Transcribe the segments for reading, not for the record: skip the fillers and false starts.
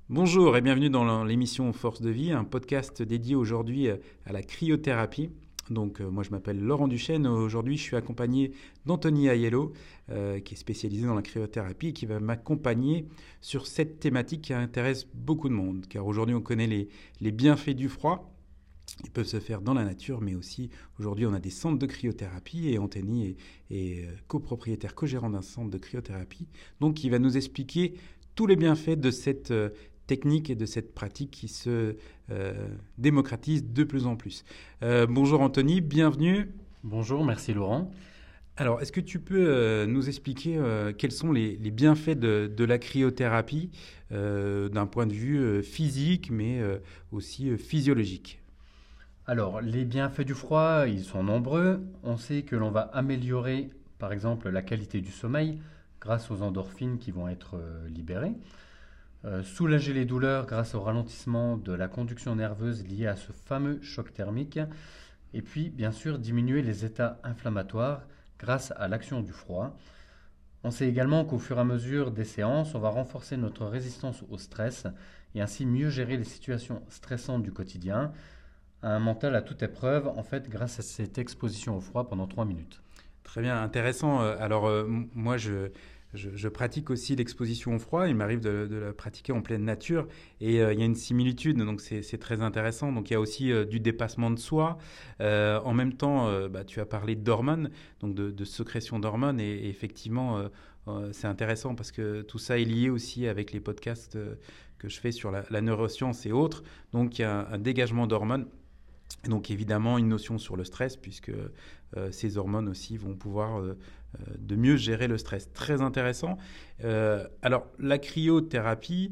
Bonjour et bienvenue dans l'émission Force de vie, un podcast dédié aujourd'hui à la cryothérapie. Moi je m'appelle Laurent Duchesne. Aujourd'hui je suis accompagné d'Anthony Aiello qui est spécialisé dans la cryothérapie et qui va m'accompagner sur cette thématique qui intéresse beaucoup de monde. Car aujourd'hui on connaît les bienfaits du froid. Ils peuvent se faire dans la nature, mais aussi aujourd'hui on a des centres de cryothérapie et Anthony est copropriétaire, co-gérant d'un centre de cryothérapie. Donc il va nous expliquer tous les bienfaits de cette technique et de cette pratique qui se démocratise de plus en plus. Bonjour Anthony, bienvenue. Bonjour, merci Laurent. Alors, est-ce que tu peux nous expliquer quels sont les bienfaits de la cryothérapie d'un point de vue physique, mais aussi physiologique? Alors, les bienfaits du froid, ils sont nombreux. On sait que l'on va améliorer, par exemple, la qualité du sommeil grâce aux endorphines qui vont être libérées. Soulager les douleurs grâce au ralentissement de la conduction nerveuse liée à ce fameux choc thermique. Et puis, bien sûr, diminuer les états inflammatoires grâce à l'action du froid. On sait également qu'au fur et à mesure des séances, on va renforcer notre résistance au stress et ainsi mieux gérer les situations stressantes du quotidien. Un mental à toute épreuve, en fait, grâce à cette exposition au froid pendant 3 minutes. Très bien, intéressant. Moi, je pratique aussi l'exposition au froid. Il m'arrive de la pratiquer en pleine nature. Et il y a une similitude, donc c'est très intéressant. Donc il y a aussi du dépassement de soi. En même temps, tu as parlé d'hormones, donc de sécrétion d'hormones. Et effectivement, c'est intéressant parce que tout ça est lié aussi avec les podcasts que je fais sur la neuroscience et autres. Donc il y a un dégagement d'hormones. Donc évidemment une notion sur le stress puisque ces hormones aussi vont pouvoir de mieux gérer le stress. Très intéressant. Alors la cryothérapie,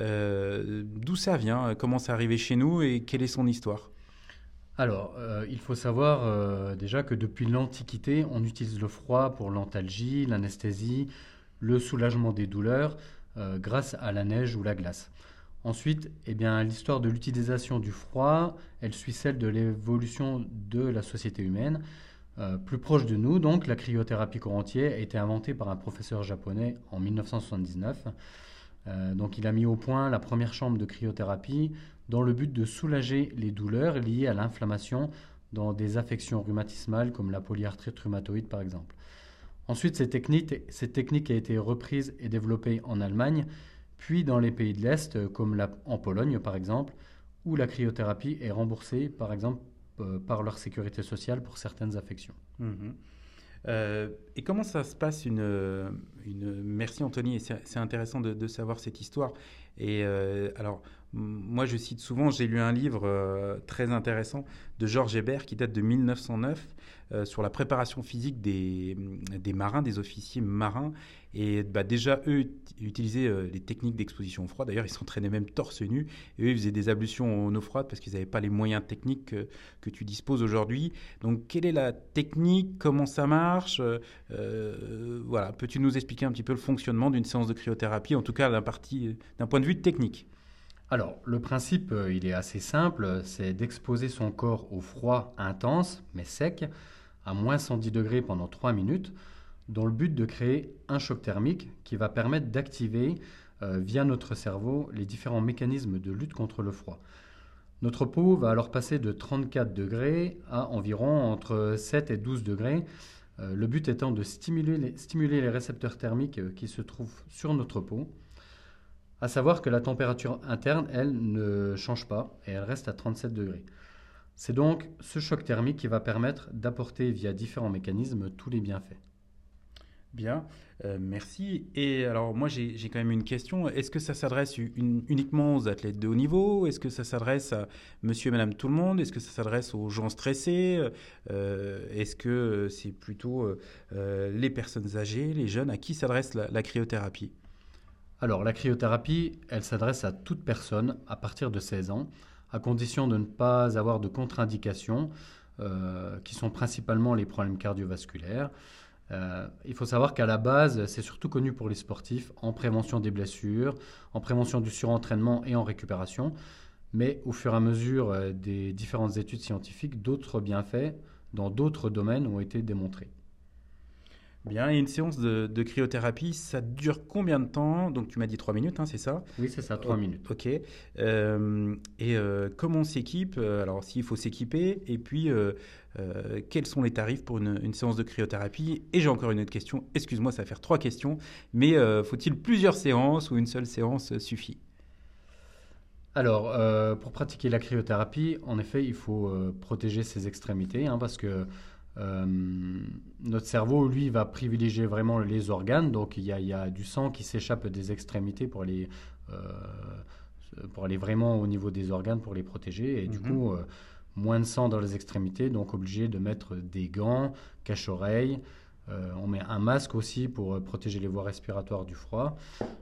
d'où ça vient? Comment c'est arrivé chez nous et quelle est son histoire? Alors, il faut savoir déjà que depuis l'Antiquité, on utilise le froid pour l'antalgie, l'anesthésie, le soulagement des douleurs, grâce à la neige ou la glace. Ensuite, eh bien, l'histoire de l'utilisation du froid, elle suit celle de l'évolution de la société humaine. Plus proche de nous, donc, la cryothérapie corps entier a été inventée par un professeur japonais en 1979. Donc, il a mis au point la première chambre de cryothérapie dans le but de soulager les douleurs liées à l'inflammation dans des affections rhumatismales comme la polyarthrite rhumatoïde par exemple. Ensuite, cette technique a été reprise et développée en Allemagne, puis dans les pays de l'Est, comme en Pologne par exemple, où la cryothérapie est remboursée par exemple par leur sécurité sociale pour certaines affections. Mhm. Et comment ça se passe Merci Anthony, et c'est intéressant de savoir cette histoire. Moi je cite souvent, j'ai lu un livre très intéressant de Georges Hébert qui date de 1909 sur la préparation physique des marins, des officiers marins. Et déjà, eux utilisaient les techniques d'exposition au froid. D'ailleurs, ils s'entraînaient même torse nu. Et eux, ils faisaient des ablutions en eau froide parce qu'ils n'avaient pas les moyens techniques que tu disposes aujourd'hui. Donc, quelle est la technique? Comment ça marche? Voilà. Peux-tu nous expliquer un petit peu le fonctionnement d'une séance de cryothérapie, en tout cas d'un point de vue technique? Alors, le principe, il est assez simple, c'est d'exposer son corps au froid intense, mais sec, à moins 110 degrés pendant 3 minutes, dans le but de créer un choc thermique qui va permettre d'activer, via notre cerveau, les différents mécanismes de lutte contre le froid. Notre peau va alors passer de 34 degrés à environ entre 7 et 12 degrés, le but étant de stimuler les récepteurs thermiques qui se trouvent sur notre peau. À savoir que la température interne, elle, ne change pas et elle reste à 37 degrés. C'est donc ce choc thermique qui va permettre d'apporter via différents mécanismes tous les bienfaits. Bien, merci. Et alors moi j'ai quand même une question. Est-ce que ça s'adresse uniquement aux athlètes de haut niveau? Est-ce que ça s'adresse à monsieur et madame tout le monde? Est-ce que ça s'adresse aux gens stressés? Est-ce que c'est plutôt les personnes âgées, les jeunes? À qui s'adresse la cryothérapie? Alors la cryothérapie, elle s'adresse à toute personne à partir de 16 ans, à condition de ne pas avoir de contre-indications, qui sont principalement les problèmes cardiovasculaires. Il faut savoir qu'à la base, c'est surtout connu pour les sportifs en prévention des blessures, en prévention du surentraînement et en récupération. Mais au fur et à mesure des différentes études scientifiques, d'autres bienfaits dans d'autres domaines ont été démontrés. Bien, et une séance de cryothérapie, ça dure combien de temps? Donc tu m'as dit 3 minutes, hein, c'est ça? Oui, c'est ça, 3 minutes. Ok. Comment on s'équipe? Alors s'il faut s'équiper, et puis quels sont les tarifs pour une séance de cryothérapie? Et j'ai encore une autre question, excuse-moi, ça va faire 3 questions, mais faut-il plusieurs séances ou une seule séance suffit? Alors, pour pratiquer la cryothérapie, en effet, il faut protéger ses extrémités, hein, parce que euh, notre cerveau, lui, va privilégier vraiment les organes. Donc, il y a du sang qui s'échappe des extrémités pour aller vraiment au niveau des organes, pour les protéger. Et du Mhm. coup, moins de sang dans les extrémités, donc obligé de mettre des gants, cache-oreilles. On met un masque aussi pour protéger les voies respiratoires du froid.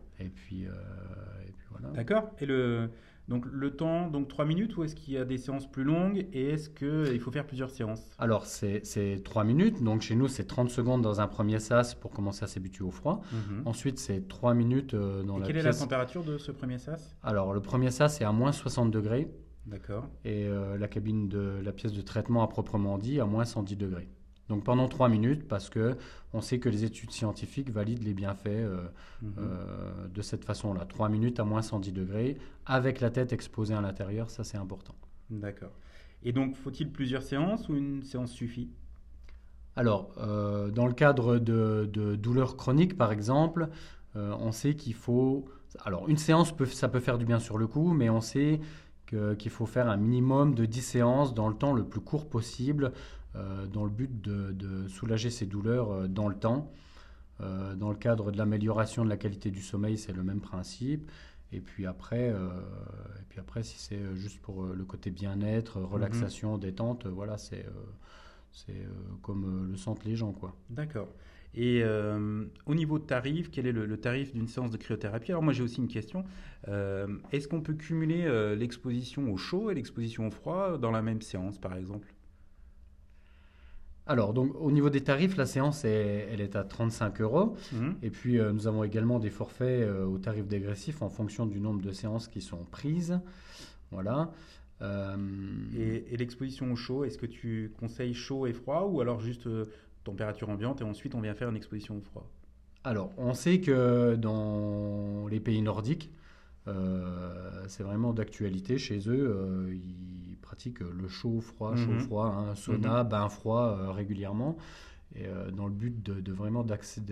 Et puis voilà. D'accord. Donc le temps, donc 3 minutes, ou est-ce qu'il y a des séances plus longues et est-ce qu'il faut faire plusieurs séances? Alors, c'est 3 minutes. Donc, chez nous, c'est 30 secondes dans un premier sas pour commencer à s'habituer au froid. Mhm. Ensuite, c'est 3 minutes dans Et la quelle est la pièce. température de ce premier sas? Alors, le premier sas, c'est à moins 60 degrés. D'accord. Et la pièce de traitement à proprement dit, à moins 110 degrés. Donc, pendant 3 minutes, parce que on sait que les études scientifiques valident les bienfaits Mhm. de cette façon-là. 3 minutes à moins 110 degrés, avec la tête exposée à l'intérieur, ça, c'est important. D'accord. Et donc, faut-il plusieurs séances ou une séance suffit? Alors, dans le cadre de douleurs chroniques, par exemple, on sait qu'il faut... Alors, une séance, ça peut faire du bien sur le coup, mais on sait qu'il faut faire un minimum de 10 séances dans le temps le plus court possible, dans le but de soulager ces douleurs dans le temps. Dans le cadre de l'amélioration de la qualité du sommeil, c'est le même principe. Et puis après, si c'est juste pour le côté bien-être, Mhm. relaxation, détente, voilà, c'est comme le sentent les gens, quoi. D'accord. Et au niveau de tarif, quel est le tarif d'une séance de cryothérapie? Alors moi j'ai aussi une question. Est-ce qu'on peut cumuler l'exposition au chaud et l'exposition au froid dans la même séance, par exemple? Alors, donc, au niveau des tarifs, la séance, elle est à 35 euros. Mhm. Et puis, nous avons également des forfaits au tarif dégressif en fonction du nombre de séances qui sont prises. Voilà. Euh, Et l'exposition au chaud, est-ce que tu conseilles chaud et froid ou alors juste température ambiante et ensuite on vient faire une exposition au froid? alors, on sait que dans les pays nordiques, c'est vraiment d'actualité chez eux. Ils pratiquent le Mhm. chaud-froid, hein, Mhm. sauna, bain froid régulièrement. Et dans le but de vraiment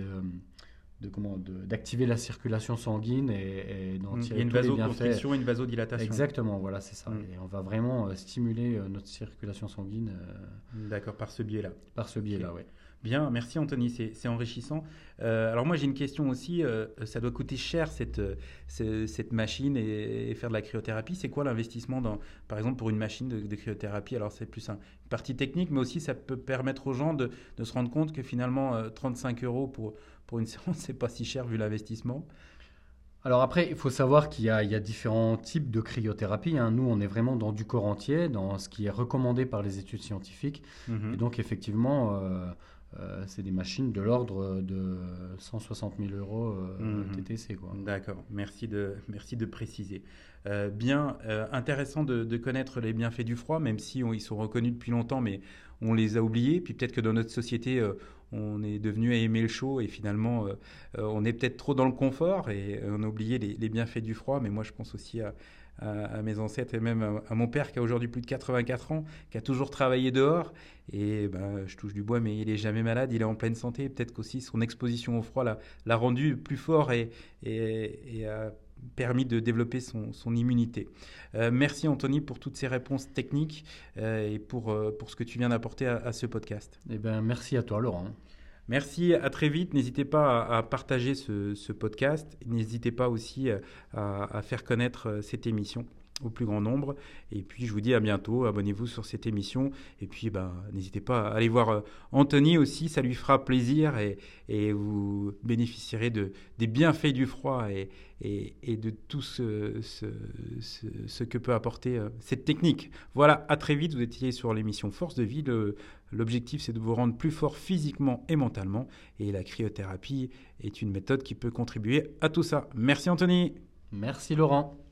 d'activer la circulation sanguine et d'en Il y a tirer une tous les bienfaits. vasoconstriction et une vasodilatation. Exactement, voilà, c'est ça. Mm. Et on va vraiment stimuler notre circulation sanguine D'accord, par ce biais-là. par ce Ok. biais-là, oui. Bien, merci Anthony, c'est enrichissant. Alors moi j'ai une question aussi, ça doit coûter cher cette machine et faire de la cryothérapie. C'est quoi l'investissement par exemple pour une machine de cryothérapie? Alors c'est plus une partie technique, mais aussi ça peut permettre aux gens de se rendre compte que finalement 35 euros pour une séance, c'est pas si cher vu l'investissement. Alors après, il faut savoir qu'il y a différents types de cryothérapie, hein. Nous, on est vraiment dans du corps entier, dans ce qui est recommandé par les études scientifiques. Et Mhm. donc, effectivement, c'est des machines de l'ordre de 160 000 euros Mhm. TTC, quoi. D'accord, merci de préciser. Bien, intéressant de connaître les bienfaits du froid, même si ils sont reconnus depuis longtemps, mais on les a oubliés. Puis peut-être que dans notre société, on est devenu à aimer le chaud et finalement, on est peut-être trop dans le confort et on a oublié les bienfaits du froid. Mais moi, je pense aussi à mes ancêtres et même à mon père qui a aujourd'hui plus de 84 ans, qui a toujours travaillé dehors. Et ben, je touche du bois, mais il est jamais malade, il est en pleine santé. Peut-être qu'aussi son exposition au froid l'a rendu plus fort et a permis de développer son immunité. Merci Anthony pour toutes ces réponses techniques et pour ce que tu viens d'apporter à ce podcast. Eh bien, merci à toi, Laurent. Merci, à très vite. N'hésitez pas à partager ce podcast. N'hésitez pas aussi à faire connaître cette émission au plus grand nombre. Et puis, je vous dis à bientôt. Abonnez-vous sur cette émission. Et puis, n'hésitez pas à aller voir Anthony aussi. Ça lui fera plaisir et vous bénéficierez des bienfaits du froid et de tout ce que peut apporter cette technique. Voilà, à très vite. Vous étiez sur l'émission Force de vie. L'objectif, c'est de vous rendre plus fort physiquement et mentalement. Et la cryothérapie est une méthode qui peut contribuer à tout ça. Merci Anthony. Merci, Laurent.